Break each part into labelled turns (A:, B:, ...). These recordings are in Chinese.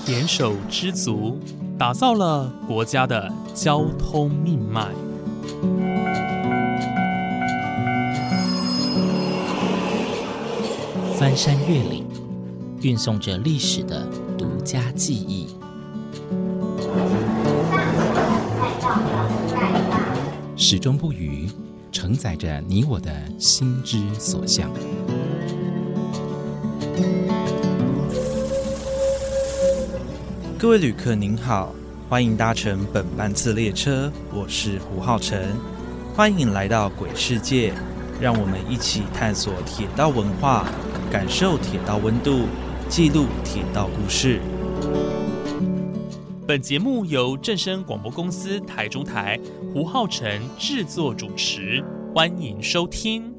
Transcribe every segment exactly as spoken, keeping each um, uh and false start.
A: 联手知足，打造了国家的交通命脉。
B: 翻山越岭，运送着历史的独家记忆。始终不渝，承载着你我的心之所向。
C: 各位旅客您好，欢迎搭乘本班次列车，我是胡浩辰，欢迎来到鬼世界，让我们一起探索铁道文化，感受铁道温度，记录铁道故事。
A: 本节目由正声广播公司台中台胡浩辰制作主持，欢迎收听。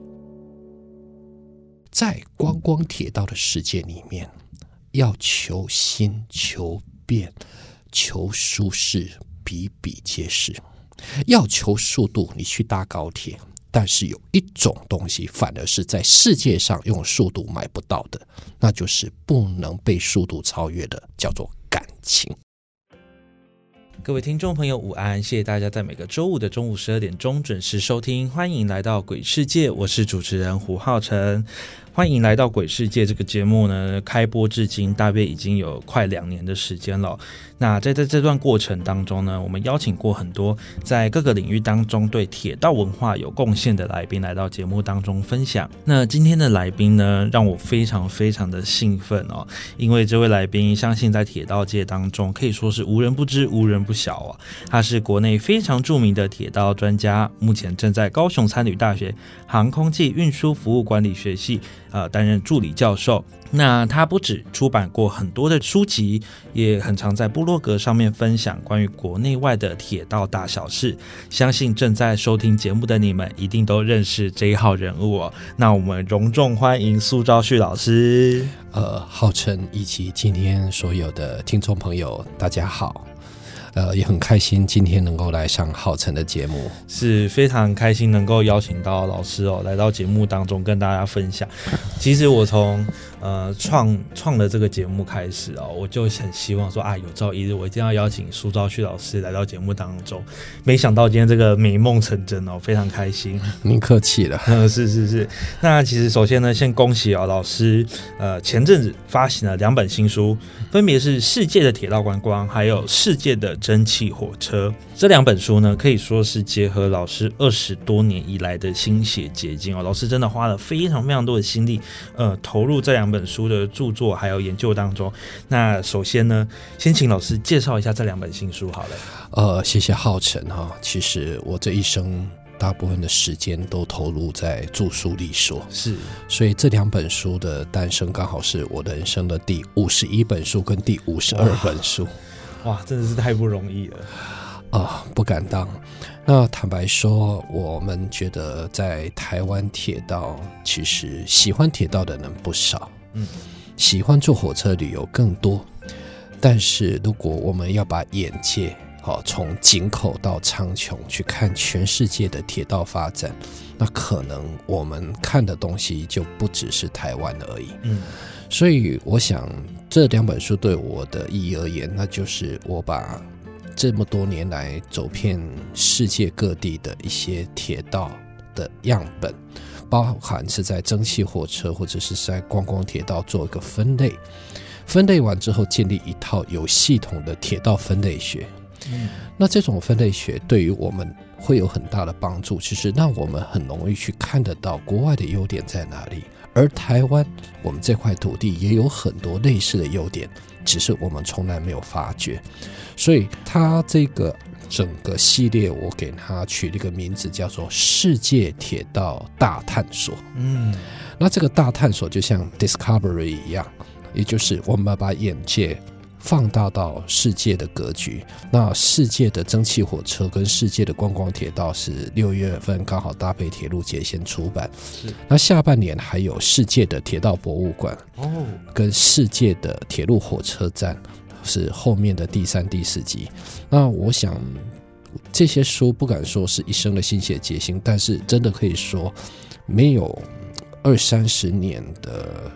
D: 在观光铁道的世界里面，要求新、求变、求舒适，比比皆是。要求速度，你去搭高铁，但是有一种东西反而是在世界上用速度买不到的，那就是不能被速度超越的，叫做感情。
C: 各位听众朋友午安，谢谢大家在每个周五的中午十二点钟准时收听，欢迎来到鬼世界，我是主持人胡浩辰。欢迎来到鬼世界这个节目呢，开播至今大约已经有快两年的时间了。那在在这段过程当中呢，我们邀请过很多在各个领域当中对铁道文化有贡献的来宾来到节目当中分享。那今天的来宾呢，让我非常非常的兴奋哦，因为这位来宾相信在铁道界当中可以说是无人不知无人不晓啊。他是国内非常著名的铁道专家，目前正在高雄参旅大学航空暨运输服务管理学系呃担任助理教授。那他不止出版过很多的书籍，也很常在部落格上面分享关于国内外的铁道大小事，相信正在收听节目的你们一定都认识这一号人物哦。那我们隆重欢迎苏昭旭老师。
D: 呃，浩辰以及今天所有的听众朋友大家好，呃，也很开心今天能够来上浩辰的节目，
C: 是非常开心能够邀请到老师哦来到节目当中跟大家分享。其实我从呃创创了这个节目开始哦，我就很希望说啊，有朝一日我一定要邀请苏昭旭老师来到节目当中。没想到今天这个美梦成真哦，非常开心。
D: 您客气了。
C: 呃，是是是。那其实首先呢，先恭喜哦，老师呃前阵子发行了两本新书，分别是《世界的铁道观光》还有《世界的蒸汽火车》。这两本书呢，可以说是结合老师二十多年以来的心血结晶哦。老师真的花了非常非常多的心力，呃，投入这两本书的著作还有研究当中。那首先呢，先请老师介绍一下这两本新书好了。
D: 呃，谢谢浩辰哈。其实我这一生大部分的时间都投入在著书立说，
C: 是，
D: 所以这两本书的诞生刚好是我的人生的第五十一本书跟第五十二本书。
C: 哇，真的是太不容易了
D: 啊、呃，不敢当。那坦白说，我们觉得在台湾铁道，其实喜欢铁道的人不少，嗯，喜欢坐火车旅游更多。但是如果我们要把眼界好从井口到苍穹去看全世界的铁道发展，那可能我们看的东西就不只是台湾而已。嗯，所以我想这两本书对我的意义而言，那就是我把这么多年来走遍世界各地的一些铁道的样本，包含是在蒸汽火车或者是在观光铁道做一个分类，分类完之后建立一套有系统的铁道分类学。嗯，那这种分类学对于我们会有很大的帮助，就是让我们很容易去看得到国外的优点在哪里，而台湾我们这块土地也有很多类似的优点，只是我们从来没有发觉。所以它这个整个系列我给它取了一个名字叫做世界铁道大探索。嗯，那这个大探索就像 Discovery 一样，也就是我们把眼界放大到世界的格局。那世界的蒸汽火车跟世界的观光铁道是六月份刚好搭配铁路节先出版，那下半年还有世界的铁道博物馆跟世界的铁路火车站是后面的第三第四集。那我想这些书不敢说是一生的心血结晶，但是真的可以说没有二三十年的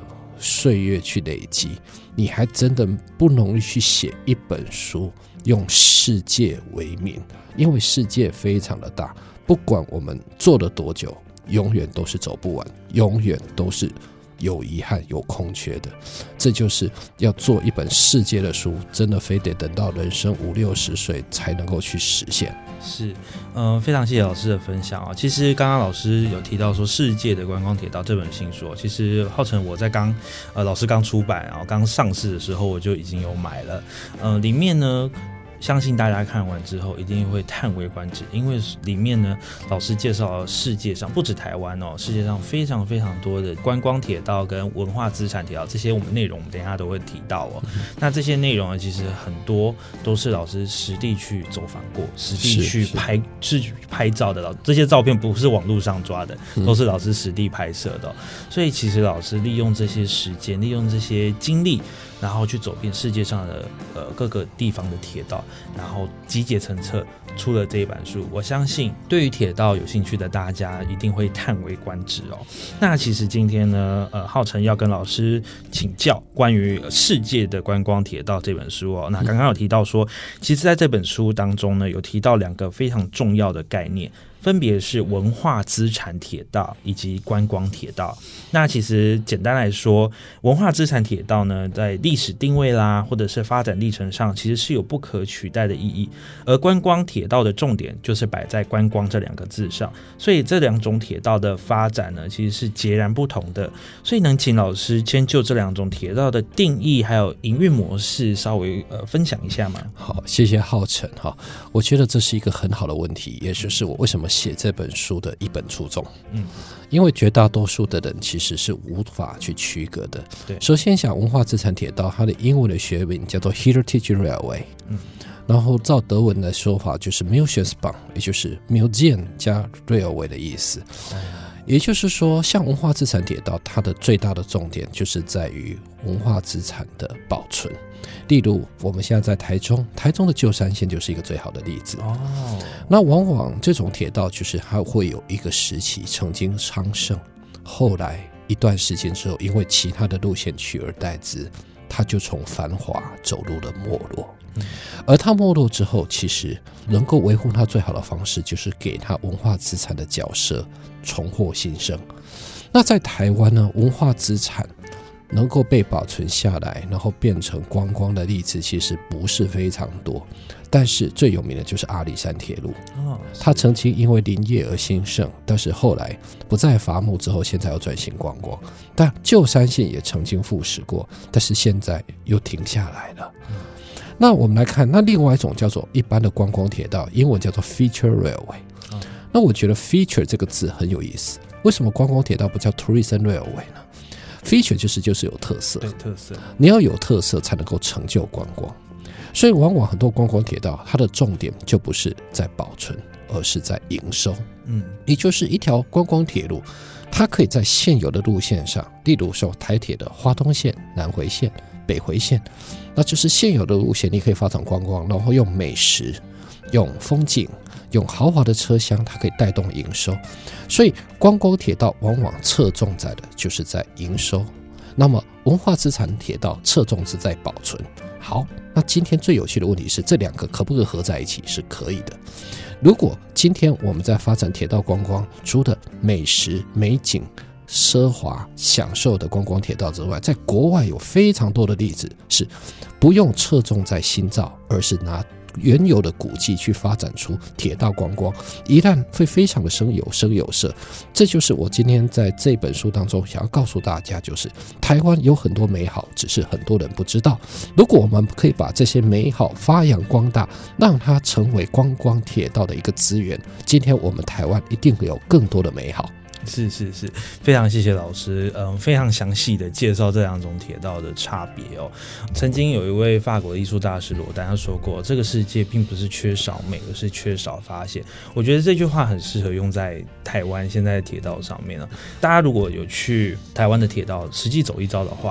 D: 岁月去累积，你还真的不容易去写一本书用世界为名，因为世界非常的大，不管我们做了多久，永远都是走不完，永远都是有遗憾有空缺的。这就是要做一本世界的书，真的非得等到人生五六十岁才能够去实现。
C: 是，嗯、呃，非常谢谢老师的分享啊。其实刚刚老师有提到说《世界的观光铁道》这本新书，其实浩辰我在刚呃老师刚出版然后刚上市的时候我就已经有买了，呃，里面呢。相信大家看完之后一定会叹为观止，因为里面呢，老师介绍了世界上不止台湾哦，世界上非常非常多的观光铁道跟文化资产铁道，这些我们内容我们等一下都会提到哦。嗯、那这些内容呢，其实很多都是老师实地去走访过，实地去拍是是拍照的，这些照片不是网络上抓的，都是老师实地拍摄的、哦嗯。所以其实老师利用这些时间，利用这些精力。然后去走遍世界上的呃各个地方的铁道，然后集结成册出了这一本书。我相信对于铁道有兴趣的大家一定会叹为观止哦。那其实今天呢，呃，浩辰要跟老师请教关于世界的观光铁道这本书哦。那刚刚有提到说，其实在这本书当中呢，有提到两个非常重要的概念。分别是文化资产铁道以及观光铁道。那其实简单来说，文化资产铁道呢，在历史定位啦，或者是发展历程上，其实是有不可取代的意义。而观光铁道的重点就是摆在观光这两个字上，所以这两种铁道的发展呢，其实是截然不同的。所以能请老师先就这两种铁道的定义还有营运模式稍微呃分享一下吗？
D: 好，谢谢浩辰哈。我觉得这是一个很好的问题，也就是我为什么写这本书的一本初衷。嗯，因为绝大多数的人其实是无法去区隔的。对，首先讲文化资产铁道，它的英文的学名叫做 Heritage Railway。嗯，然后照德文的说法就是 Museumsbahn， 也就是 Museum 加 Railway 的意思。嗯，也就是说，像文化资产铁道，它的最大的重点就是在于文化资产的保存。例如我们现在在台中，台中的旧山线就是一个最好的例子。哦，那往往这种铁道就是它会有一个时期曾经昌盛，后来一段时间之后，因为其他的路线取而代之，它就从繁华走入了没落。嗯，而它没落之后，其实能够维护它最好的方式就是给它文化资产的角色重获新生。那在台湾呢，文化资产能够被保存下来，然后变成观光的例子其实不是非常多，但是最有名的就是阿里山铁路。哦，它曾经因为林业而兴盛，但是后来不再伐木之后，现在要转型观光。但旧山线也曾经复驶过，但是现在又停下来了。嗯，那我们来看，那另外一种叫做一般的观光铁道，英文叫做 Feature Railway。哦，那我觉得 Feature 这个字很有意思，为什么观光铁道不叫 Tourism Railway 呢？Feature 就是就是有特色，
C: 对，特色，
D: 你要有特色才能够成就观光。所以往往很多观光铁道，它的重点就不是在保存，而是在营收。嗯，也就是一条观光铁路，它可以在现有的路线上，例如说台铁的花东线、南回线、北回线，那就是现有的路线，你可以发展观光，然后用美食、用风景、用豪华的车厢，它可以带动营收。所以观光铁道往往侧重在的就是在营收，那么文化资产铁道侧重是在保存。好，那今天最有趣的问题是，这两个可不可以合在一起？是可以的。如果今天我们在发展铁道观光，除了美食、美景、奢华享受的观光铁道之外，在国外有非常多的例子是不用侧重在新造，而是拿原有的古迹去发展出铁道观光，一旦会非常的生有声有色。这就是我今天在这本书当中想要告诉大家，就是台湾有很多美好，只是很多人不知道。如果我们可以把这些美好发扬光大，让它成为观光铁道的一个资源，今天我们台湾一定会有更多的美好。
C: 是是是，非常谢谢老师，嗯，非常详细的介绍这两种铁道的差别哦。曾经有一位法国的艺术大师罗丹他说过，这个世界并不是缺少美，而是缺少发现。我觉得这句话很适合用在台湾现在的铁道上面了。大家如果有去台湾的铁道实际走一遭的话，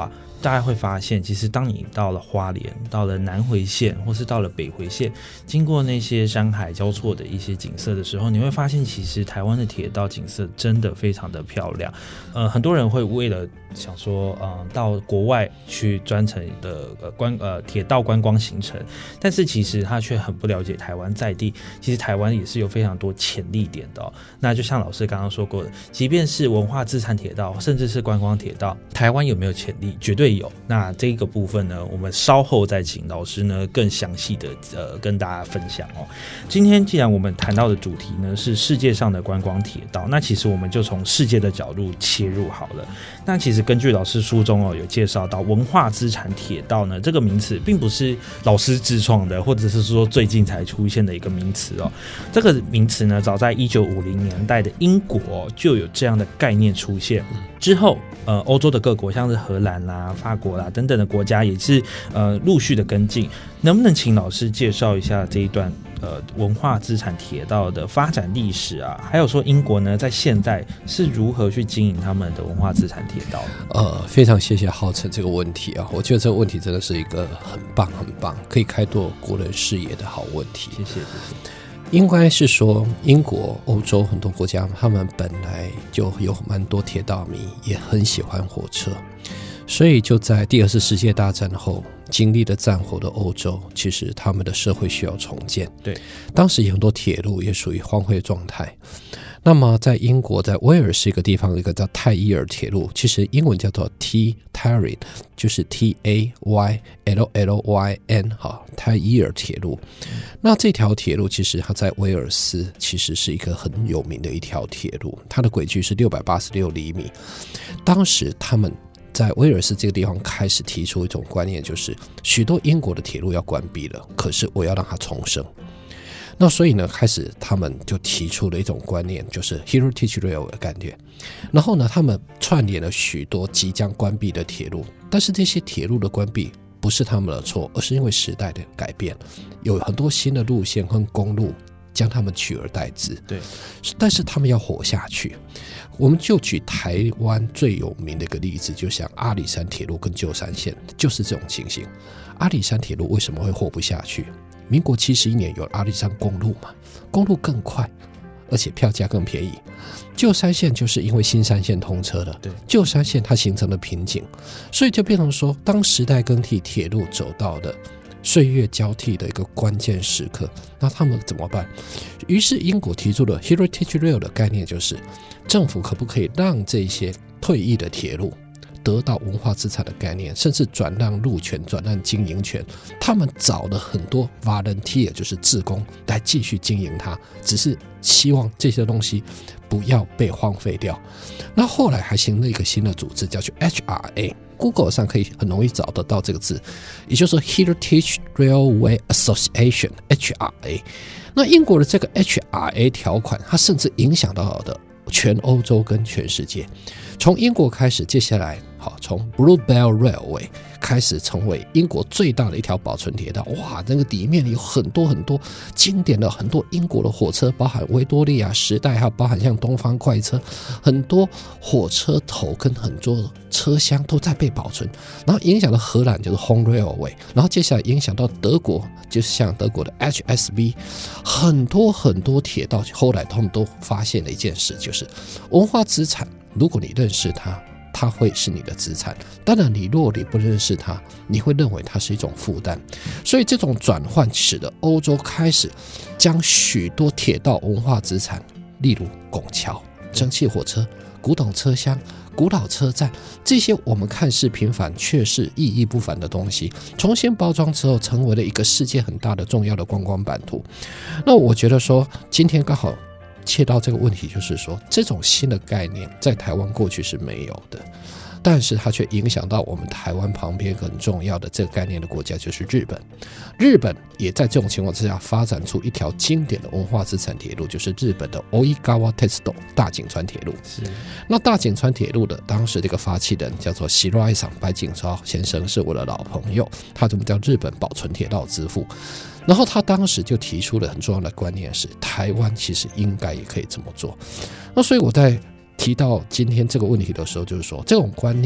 C: 大家会发现，其实当你到了花莲，到了南回线，或是到了北回线，经过那些山海交错的一些景色的时候，你会发现，其实台湾的铁道景色真的非常的漂亮。呃，很多人会为了想说，呃，到国外去专程的呃观呃铁道观光行程，但是其实他却很不了解台湾在地。其实台湾也是有非常多潜力点的哦。那就像老师刚刚说过的，即便是文化资产铁道，甚至是观光铁道，台湾有没有潜力？绝对有。那这个部分呢，我们稍后再请老师呢更详细的呃跟大家分享哦。今天既然我们谈到的主题呢是世界上的观光铁道，那其实我们就从世界的角度切入好了。那其实根据老师书中哦有介绍到，文化资产铁道呢这个名词并不是老师自创的，或者是说最近才出现的一个名词哦。这个名词呢，早在一九五零年代的英国、哦、就有这样的概念出现。之后，呃，欧洲的各国，像是荷兰啦、法国啦等等的国家，也是呃陆续的跟进。能不能请老师介绍一下这一段呃文化资产铁道的发展历史啊？还有说英国呢，在现代是如何去经营他们的文化资产铁道的？
D: 呃，非常谢谢浩辰这个问题啊，我觉得这个问题真的是一个很棒很棒，可以开拓国人视野的好问题。
C: 谢谢。
D: 应该是说，英国、欧洲很多国家，他们本来就有蛮多铁道迷，也很喜欢火车，所以就在第二次世界大战后，经历了战后的欧洲，其实他们的社会需要重建。
C: 对，当
D: 时有很多铁路也属于荒废状态。那么在英国，在威尔士一个地方有一个叫泰伊尔铁路，其实英文叫做 T Tyryn， 就是 T A Y L L Y N 哈，泰伊尔铁路。那这条铁路其实它在威尔斯其实是一个很有名的一条铁路，它的轨距是六百八十六厘米。当时他们在威尔士这个地方开始提出一种观念，就是许多英国的铁路要关闭了，可是我要让它重生。那所以呢，开始他们就提出了一种观念，就是 Heritage Rail 的概念。然后呢，他们串联了许多即将关闭的铁路，但是这些铁路的关闭不是他们的错，而是因为时代的改变，有很多新的路线和公路将他们取而代之。
C: 对，
D: 但是他们要活下去。我们就举台湾最有名的一个例子，就像阿里山铁路跟旧山线，就是这种情形。阿里山铁路为什么会活不下去？民国七十一年有阿里山公路嘛，公路更快，而且票价更便宜。旧山线就是因为新山线通车了，旧山线它形成了瓶颈，所以就变成说，当时代更替，铁路走到了岁月交替的一个关键时刻，那他们怎么办？于是英国提出了 Heritage Rail 的概念，就是政府可不可以让这些退役的铁路得到文化资产的概念，甚至转让路权、转让经营权。他们找了很多 volunteer， 就是志工来继续经营它，只是希望这些东西不要被荒废掉。那后来还形成了一个新的组织，叫做 H R A。Google 上可以很容易找得到这个字，也就是 Heritage Railway Association H R A。 那英国的这个 H R A 条款，它甚至影响到的全欧洲跟全世界。从英国开始，接下来好，从 Blue Bell Railway 开始成为英国最大的一条保存铁道。哇，那个里面有很多很多经典的很多英国的火车，包含维多利亚时代，还有包含像东方快车，很多火车头跟很多车厢都在被保存。然后影响到荷兰就是 Home Railway， 然后接下来影响到德国，就是像德国的 H S V， 很多很多铁道。后来他们都发现了一件事，就是文化资产，如果你认识它，它会是你的资产。当然你若你不认识它，你会认为它是一种负担。所以这种转换使得欧洲开始将许多铁道文化资产，例如拱桥、蒸汽火车、古董车厢、古老车站，这些我们看似平凡却是意义不凡的东西，重新包装之后成为了一个世界很大的重要的观光版图。那我觉得说今天刚好切到这个问题，就是说这种新的概念在台湾过去是没有的，但是它却影响到我们台湾旁边很重要的这个概念的国家，就是日本。日本也在这种情况之下发展出一条经典的文化资产铁路，就是日本的 Oigawa Testo 大井川铁路。是，那大井川铁路的当时这个发起人叫做喜乐爱赏白井超先生，是我的老朋友，他怎么叫日本保存铁道之父。然后他当时就提出了很重要的观念，是台湾其实应该也可以这么做。那所以我在提到今天这个问题的时候，就是说这种观念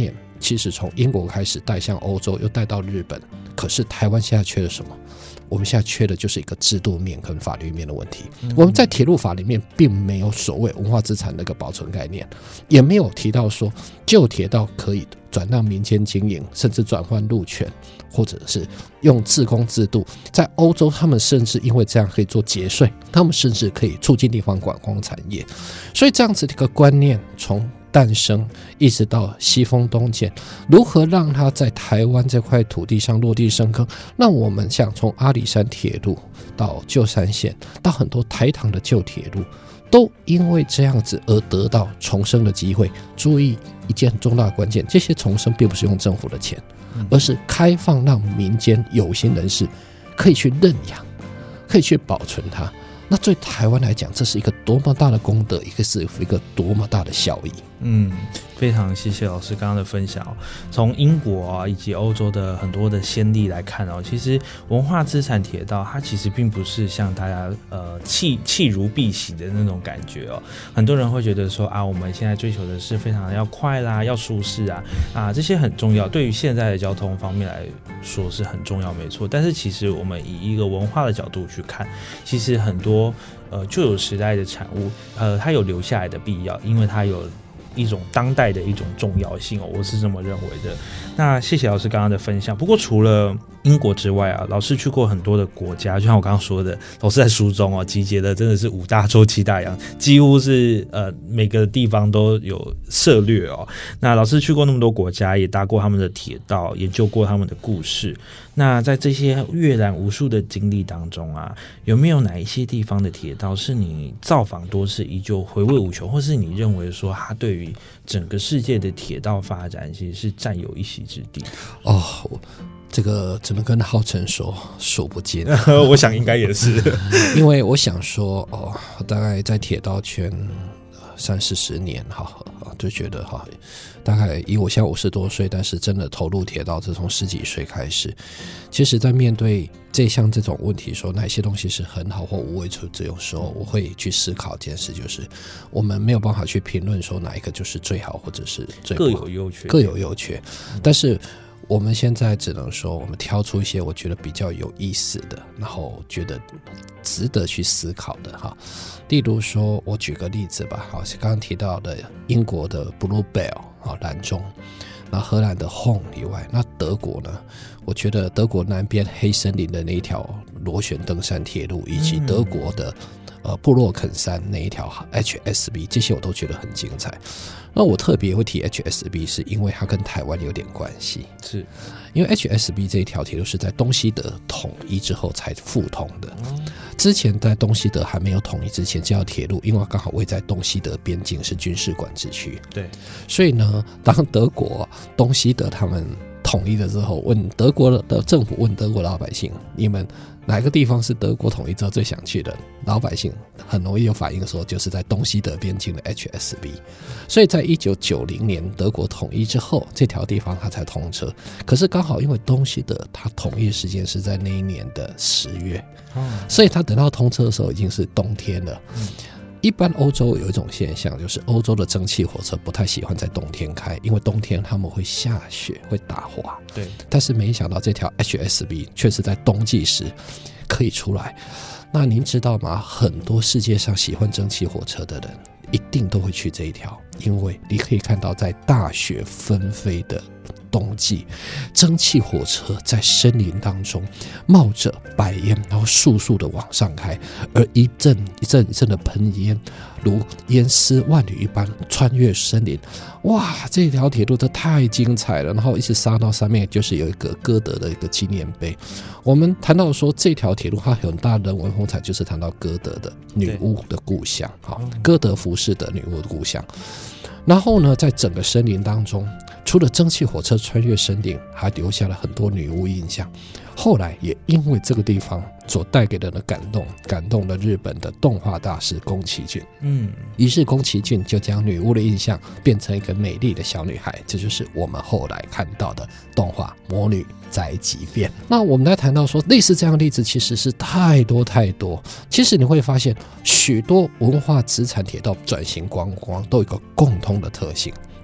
D: 其实从英国开始带向欧洲，又带到日本。可是台湾现在缺了什么？我们现在缺的就是一个制度面跟法律面的问题。嗯、我们在铁路法里面并没有所谓文化资产那个保存概念，也没有提到说旧铁道可以转让民间经营，甚至转换路权，或者是用自工制度。在欧洲，他们甚至因为这样可以做节税，他们甚至可以促进地方观光产业。所以这样子的一个观念从诞生一直到西风东渐，如何让它在台湾这块土地上落地生根，让我们像从阿里山铁路到旧山线到很多台糖的旧铁路，都因为这样子而得到重生的机会。注意一件很重大的关键，这些重生并不是用政府的钱，而是开放让民间有心人士可以去认养，可以去保存它。那对台湾来讲，这是一个多么大的功德，一个是一个多么大的效益。
C: 嗯，非常谢谢老师刚刚的分享哦。从英国啊以及欧洲的很多的先例来看哦，其实文化资产铁道它其实并不是像大家呃弃弃如敝屣的那种感觉哦。很多人会觉得说啊，我们现在追求的是非常要快啦，要舒适啊啊，这些很重要，对于现在的交通方面来说是很重要，没错。但是其实我们以一个文化的角度去看，其实很多呃旧有时代的产物，呃，它有留下来的必要，因为它有一种当代的一种重要性哦，我是这么认为的。那谢谢老师刚刚的分享。不过除了英国之外啊，老师去过很多的国家，就像我刚刚说的，老师在书中哦集结的真的是五大洲七大洋，几乎是呃每个地方都有涉略哦。那老师去过那么多国家，也搭过他们的铁道，研究过他们的故事。那在这些阅览无数的经历当中啊，有没有哪一些地方的铁道是你造访多次依旧回味无穷，或是你认为说它对于整个世界的铁道发展其实是占有一席之地？
D: 哦，这个只能跟浩辰说数不尽
C: 我想应该也是
D: 因为我想说哦，大概在铁道圈三四十年哈，就觉得哈，大概以我现在五十多岁，但是真的投入铁道是从十几岁开始。其实在面对这项这种问题说哪些东西是很好或无为处置，有时候我会去思考一件事，就是我们没有办法去评论说哪一个就是最好或者是最不好，
C: 各有优缺，
D: 各有优缺。但是我们现在只能说我们挑出一些我觉得比较有意思的，然后觉得值得去思考的哈。例如说我举个例子吧，好，刚刚提到的英国的 Bluebell 蓝钟，那荷兰的 Horn 以外，那德国呢，我觉得德国南边黑森林的那一条螺旋登山铁路，以及德国的呃布洛肯山那一条 H S B， 这些我都觉得很精彩。那我特别会提 H S B 是因为它跟台湾有点关系，
C: 是
D: 因为 H S B 这一条铁路是在东西德统一之后才复通的。之前在东西德还没有统一之前，这条铁路因为刚好位在东西德边境，是军事管制区，
C: 对，
D: 所以呢，当德国东西德他们统一了之后，问德国的政府问德国老百姓，你们哪个地方是德国统一之后最想去的？老百姓很容易有反应说，就是在东西德边境的 H S B。所以在一九九零年德国统一之后，这条地方它才通车。可是刚好因为东西德它统一时间是在那一年的十月，所以它等到通车的时候已经是冬天了。嗯，一般欧洲有一种现象，就是欧洲的蒸汽火车不太喜欢在冬天开，因为冬天他们会下雪，会打滑。
C: 对，
D: 但是没想到这条 H S B 却是在冬季时可以出来。那您知道吗？很多世界上喜欢蒸汽火车的人一定都会去这一条，因为你可以看到在大雪纷飞的冬季，蒸汽火车在森林当中冒着白烟，然后速速的往上开，而一阵一阵一阵的喷烟如烟丝万缕一般穿越森林。哇，这条铁路这太精彩了，然后一直杀到上面就是有一个歌德的一个纪念碑。我们谈到说这条铁路它很大人文风采，就是谈到歌德的女巫的故乡，歌德服饰的女巫的故乡。然后呢，在整个森林当中，除了蒸汽火车穿越森林，还留下了很多女巫印象。后来也因为这个地方所带给人的感动，感动了日本的动画大师宫崎骏。嗯，于是宫崎骏就将女巫的印象变成一个美丽的小女孩，这就是我们后来看到的动画《魔女宅急便》。那我们来谈到说，类似这样的例子其实是太多太多。其实你会发现，许多文化资产铁道转型观光都有一个共通的特性。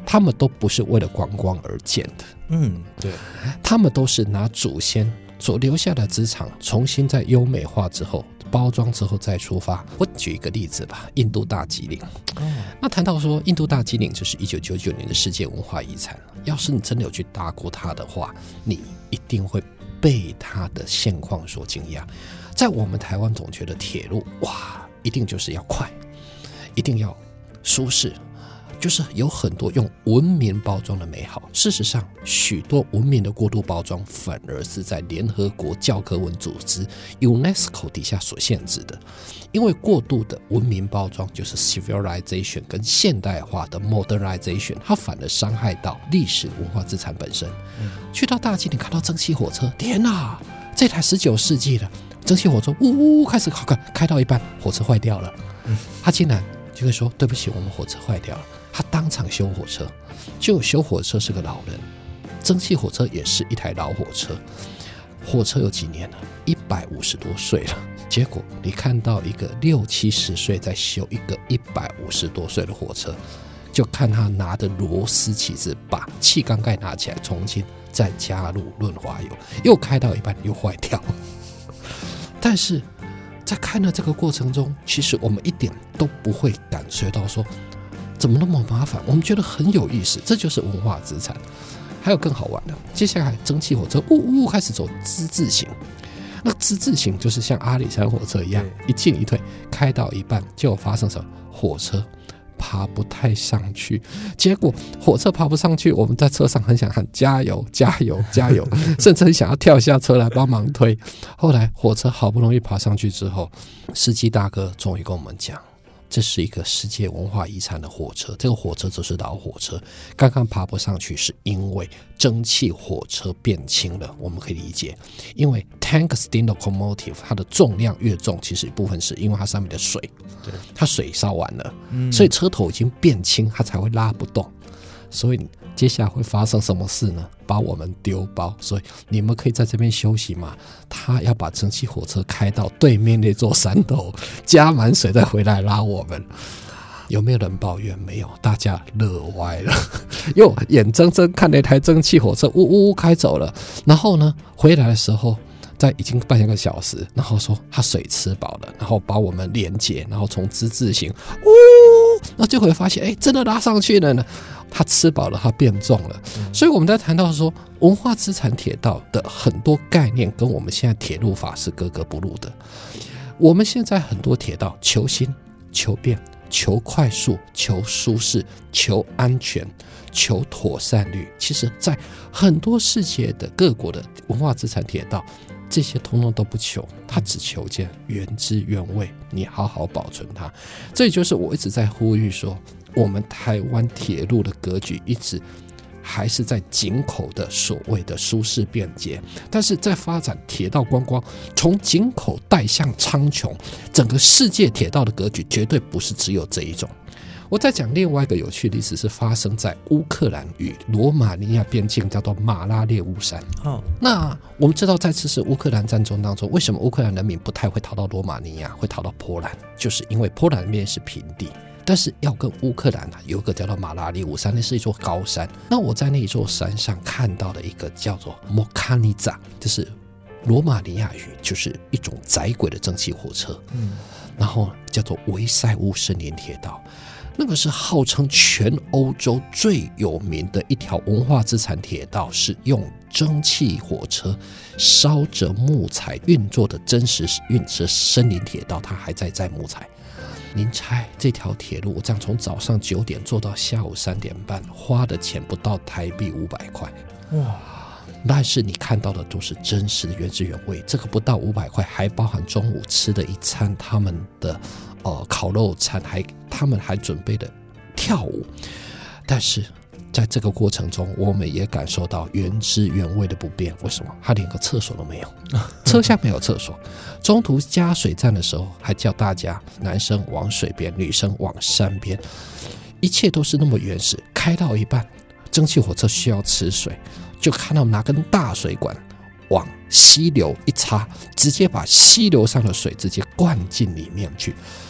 D: 他们都不是为了观光而建的。
C: 嗯，对，
D: 他们都是拿祖先所留下的资产重新再优美化之后，包装之后再出发。我举一个例子吧，印度大吉岭。哦、那谈到说印度大吉岭就是一九九九年的世界文化遗产，要是你真的有去搭过它的话，你一定会被它的现况所惊讶。在我们台湾总觉得铁路哇，一定就是要快，一定要舒适，就是有很多用文明包装的美好。事实上，许多文明的过度包装反而是在联合国教科文组织 UNESCO 底下所限制的。因为过度的文明包装就是 civilization 跟现代化的 modernization， 它反而伤害到历史文化资产本身。嗯、去到大吉岭看到蒸汽火车，天哪，这台十九世纪的蒸汽火车呜呜开始开开到一半，火车坏掉了。嗯、他竟然就会说对不起，我们火车坏掉了。他当场修火车，就修火车是个老人，蒸汽火车也是一台老火车。火车有几年了？一百五十多岁了。结果你看到一个六七十岁在修一个一百五十多岁的火车，就看他拿着螺丝起子把气缸盖拿起来重新再加入润滑油，又开到一半又坏掉。但是在看的这个过程中，其实我们一点都不会感觉到说怎么那么麻烦，我们觉得很有意思，这就是文化资产。还有更好玩的，接下来蒸汽火车呜呜开始走之字形，那之字形就是像阿里山火车一样，一进一退，开到一半就发生什么？火车爬不太上去，结果火车爬不上去，我们在车上很想喊加油加油加油，甚至很想要跳下车来帮忙推。后来火车好不容易爬上去之后，司机大哥终于跟我们讲，这是一个世界文化遗产的火车，这个火车就是老火车，刚刚爬不上去是因为蒸汽火车变轻了。我们可以理解，因为 tank steam locomotive 它的重量越重，其实一部分是因为它上面的水，对，它水烧完了、嗯、所以车头已经变轻，它才会拉不动。所以接下来会发生什么事呢？把我们丢包，所以你们可以在这边休息嘛。他要把蒸汽火车开到对面那座山头，加满水再回来拉我们。有没有人抱怨？没有，大家乐歪了，又眼睁睁看那台蒸汽火车呜呜呜开走了。然后呢，回来的时候，在已经半个小时，然后说他水吃饱了，然后把我们连接，然后从之字形呜，然后就会发现，哎，真的拉上去了呢。它吃饱了，它变重了、嗯、所以我们在谈到说文化资产铁道的很多概念跟我们现在铁路法是格格不入的。我们现在很多铁道求新求变求快速求舒适求安全求妥善率，其实在很多世界的各国的文化资产铁道这些通通都不求，它只求见原汁原味，你好好保存它。这也就是我一直在呼吁说，我们台湾铁路的格局一直还是在井口的所谓的舒适便捷，但是在发展铁道观光，从井口带向苍穹，整个世界铁道的格局绝对不是只有这一种。我在讲另外一个有趣的历史，是发生在乌克兰与罗马尼亚边境，叫做马拉列乌山、哦、那我们知道在这次乌克兰战争当中，为什么乌克兰人民不太会逃到罗马尼亚，会逃到波兰，就是因为波兰那边是平地，但是要跟乌克兰、啊、有一个叫做马拉列乌山，那是一座高山。那我在那一座山上看到了一个叫做莫卡尼扎，就是罗马尼亚语，就是一种载轨的蒸汽火车、嗯、然后叫做维塞乌森林铁道，那个是号称全欧洲最有名的一条文化资产铁道，是用蒸汽火车烧着木材运作的真实运车森林铁道，它还在载木材。您猜这条铁路这样从早上九点坐到下午三点半，花的钱不到台币五百块。哇！但是你看到的都是真实的原汁原味，这个不到五百块还包含中午吃的一餐，他们的呃烤肉餐，还他们还准备的跳舞。但是在这个过程中，我们也感受到原汁原味的不便。为什么？他连个厕所都没有，车厢没有厕所。中途加水站的时候，还叫大家男生往水边，女生往山边，一切都是那么原始。开到一半，蒸汽火车需要吃水，就看到拿根大水管往溪流一插，直接把溪流上的水直接灌进里面去。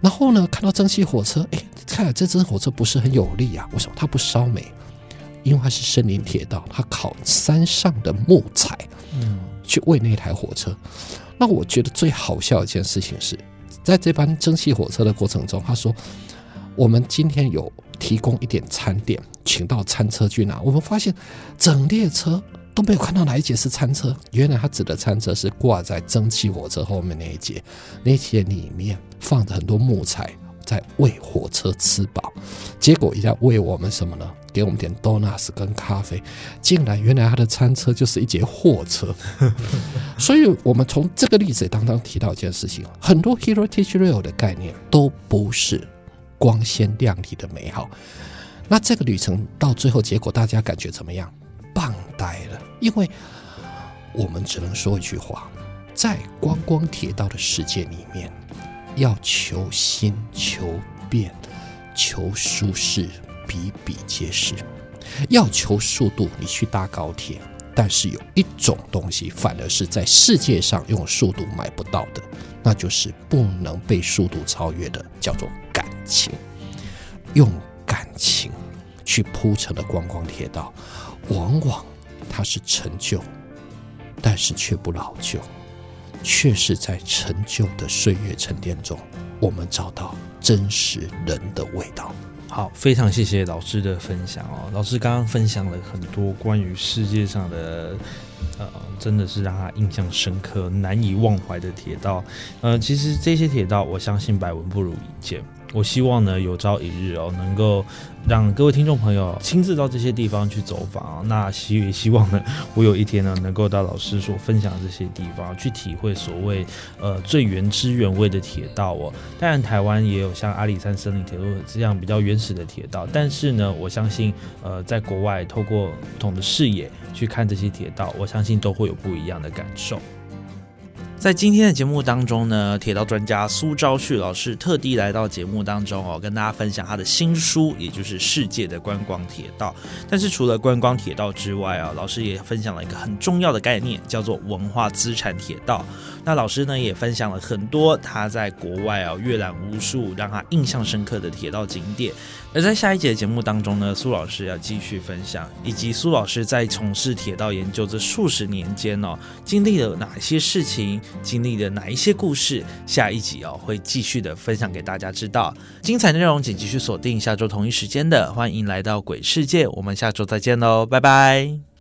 D: 然后呢，看到蒸汽火车，哎，看来这只火车不是很有力啊，为什么它不烧煤？因为它是森林铁道，它靠山上的木材去喂那台火车。那我觉得最好笑的一件事情是，在这班蒸汽火车的过程中，他说我们今天有提供一点餐点，请到餐车去拿。我们发现整列车都没有看到哪一节是餐车，原来他指的餐车是挂在蒸汽火车后面那一节，那一节里面放着很多木材，在喂火车吃饱。结果一下喂我们什么呢？给我们点 donuts 跟咖啡，竟然原来他的餐车就是一节货车。所以我们从这个例子当中提到一件事情，很多 heritage rail 的概念都不是光鲜亮丽的美好。那这个旅程到最后结果大家感觉怎么样？棒呆了。因为我们只能说一句话，在观光铁道的世界里面，要求新求变求舒适比比皆是。要求速度，你去搭高铁，但是有一种东西反而是在世界上用速度买不到的，那就是不能被速度超越的，叫做感情。用感情去铺成的观光铁道，往往它是陈旧，但是却不老旧，却是在陈旧的岁月沉淀中，我们找到真实人的味道。
C: 好，非常谢谢老师的分享哦。老师刚刚分享了很多关于世界上的，呃，真的是让他印象深刻、难以忘怀的铁道。呃，其实这些铁道，我相信百闻不如一见。我希望呢，有朝一日哦，能够让各位听众朋友亲自到这些地方去走访、哦、那希也希望呢，我有一天呢，能够到老师所分享的这些地方去体会所谓呃最原汁原味的铁道哦。当然，台湾也有像阿里山森林铁路这样比较原始的铁道，但是呢，我相信呃，在国外透过不同的视野去看这些铁道，我相信都会有不一样的感受。在今天的节目当中呢，铁道专家苏昭旭老师特地来到节目当中哦，跟大家分享他的新书，也就是《世界的观光铁道》。但是除了观光铁道之外啊，老师也分享了一个很重要的概念，叫做文化资产铁道。那老师呢也分享了很多他在国外啊阅览无数让他印象深刻的铁道景点。而在下一节的节目当中呢，苏老师要继续分享，以及苏老师在从事铁道研究这数十年间哦，经历了哪些事情，经历了哪一些故事，下一集哦会继续的分享给大家知道。精彩内容请继续锁定下周同一时间的，欢迎来到鬼世界，我们下周再见喽，拜拜。